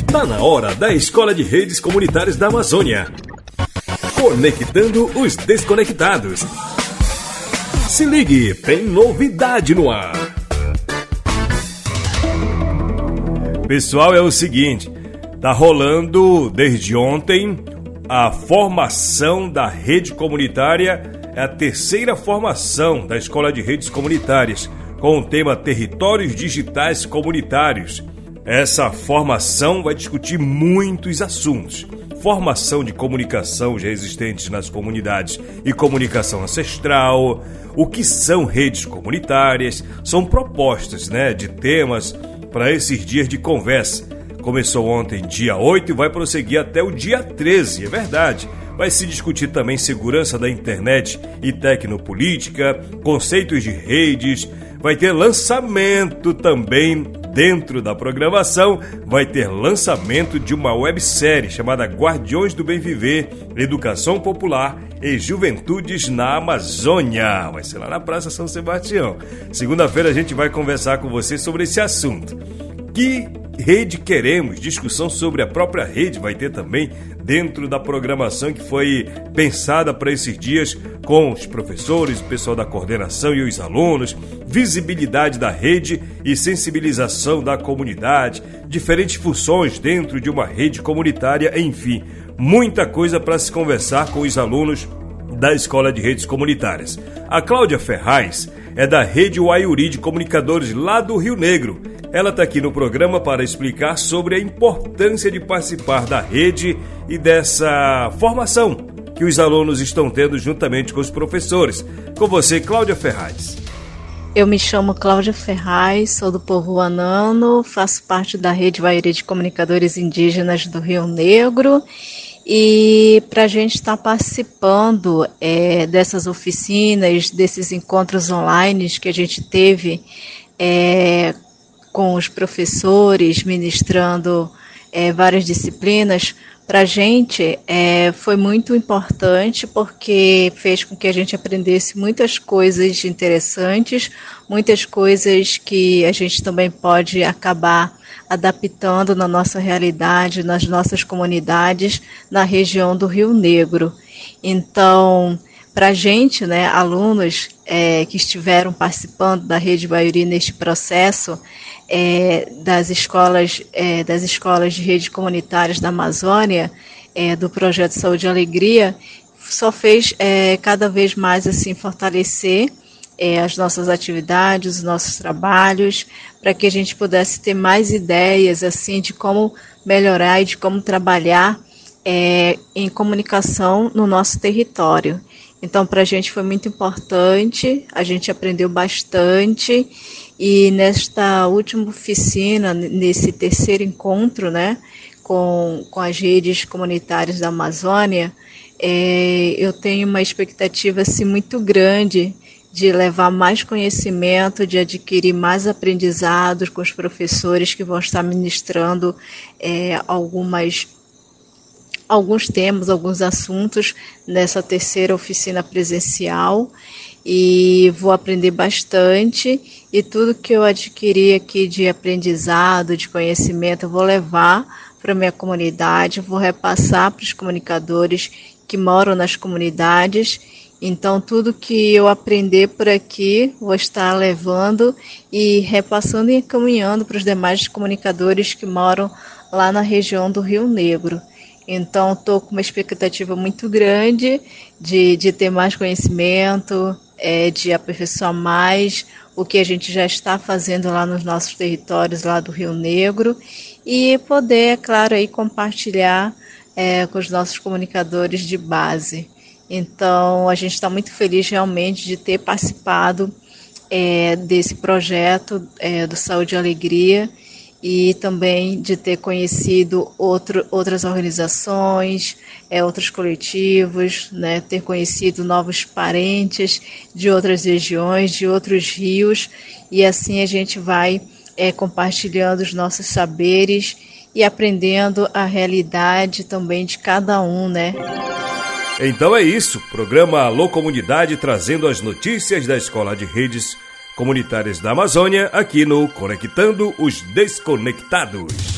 Tá na hora da Escola de Redes Comunitárias da Amazônia. Conectando os desconectados. Se ligue, tem novidade no ar. Pessoal, é o seguinte, tá rolando desde ontem a formação da rede comunitária, é a terceira formação da Escola de Redes Comunitárias, com o tema Territórios Digitais Comunitários. Essa formação vai discutir muitos assuntos. Formação de comunicação já existentes nas comunidades e comunicação ancestral, o que são redes comunitárias, são propostas, de temas para esses dias de conversa. Começou ontem, dia 8, e vai prosseguir até o dia 13, é verdade. Vai se discutir também segurança da internet e tecnopolítica, conceitos de redes, vai ter lançamento também dentro da programação, vai ter lançamento de uma websérie chamada Guardiões do Bem Viver, Educação Popular e Juventudes na Amazônia. Vai ser lá na Praça São Sebastião. Segunda-feira a gente vai conversar com você sobre esse assunto. Que rede queremos? Discussão sobre a própria rede vai ter também dentro da programação que foi pensada para esses dias com os professores, o pessoal da coordenação e os alunos, visibilidade da rede e sensibilização da comunidade, diferentes funções dentro de uma rede comunitária, enfim, muita coisa para se conversar com os alunos da Escola de Redes Comunitárias. A Cláudia Ferraz é da Rede Uaiuri de Comunicadores lá do Rio Negro. Ela está aqui no programa para explicar sobre a importância de participar da rede e dessa formação que os alunos estão tendo juntamente com os professores. Com você, Cláudia Ferraz. Eu me chamo Cláudia Ferraz, sou do povo Anano, faço parte da Rede Uaiuri de Comunicadores Indígenas do Rio Negro. E para a gente estar participando dessas oficinas, desses encontros online que a gente teve com os professores, ministrando várias disciplinas, para a gente foi muito importante porque fez com que a gente aprendesse muitas coisas interessantes, muitas coisas que a gente também pode acabar adaptando na nossa realidade, nas nossas comunidades, na região do Rio Negro. Então, para a gente, alunos que estiveram participando da Rede Uaiuri neste processo, das escolas de redes comunitárias da Amazônia, do projeto Saúde e Alegria, só fez cada vez mais assim fortalecer as nossas atividades, os nossos trabalhos, para que a gente pudesse ter mais ideias assim de como melhorar e de como trabalhar em comunicação no nosso território. Então, para a gente foi muito importante, a gente aprendeu bastante, e nesta última oficina, nesse terceiro encontro, com as redes comunitárias da Amazônia, eu tenho uma expectativa assim, muito grande de levar mais conhecimento, de adquirir mais aprendizados com os professores que vão estar ministrando alguns temas, alguns assuntos nessa terceira oficina presencial, e vou aprender bastante, e tudo que eu adquiri aqui de aprendizado, de conhecimento, eu vou levar para a minha comunidade, vou repassar para os comunicadores que moram nas comunidades. Então, tudo que eu aprender por aqui, vou estar levando e repassando e encaminhando para os demais comunicadores que moram lá na região do Rio Negro. Então, estou com uma expectativa muito grande de ter mais conhecimento, de aperfeiçoar mais o que a gente já está fazendo lá nos nossos territórios lá do Rio Negro, e poder, é claro, aí compartilhar com os nossos comunicadores de base. Então, a gente está muito feliz realmente de ter participado desse projeto do Saúde e Alegria, e também de ter conhecido outras organizações, outros coletivos, ter conhecido novos parentes de outras regiões, de outros rios, e assim a gente vai compartilhando os nossos saberes e aprendendo a realidade também de cada um, Então é isso, programa Alô Comunidade trazendo as notícias da Escola de Redes Comunitárias da Amazônia aqui no Conectando os Desconectados.